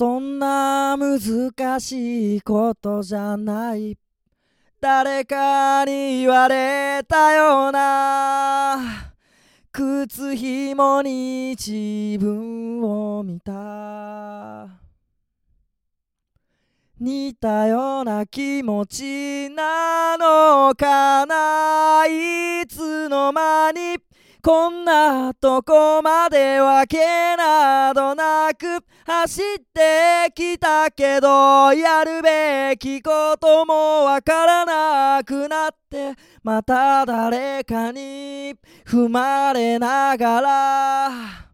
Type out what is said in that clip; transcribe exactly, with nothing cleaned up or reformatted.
そんな難しいことじゃない。誰かに言われたような。靴ひもに自分を見た。似たような気持ちなのかな。いつの間にこんなとこまでわけなどなく走ってきたけど、やるべきこともわからなくなって、また誰かに踏まれながら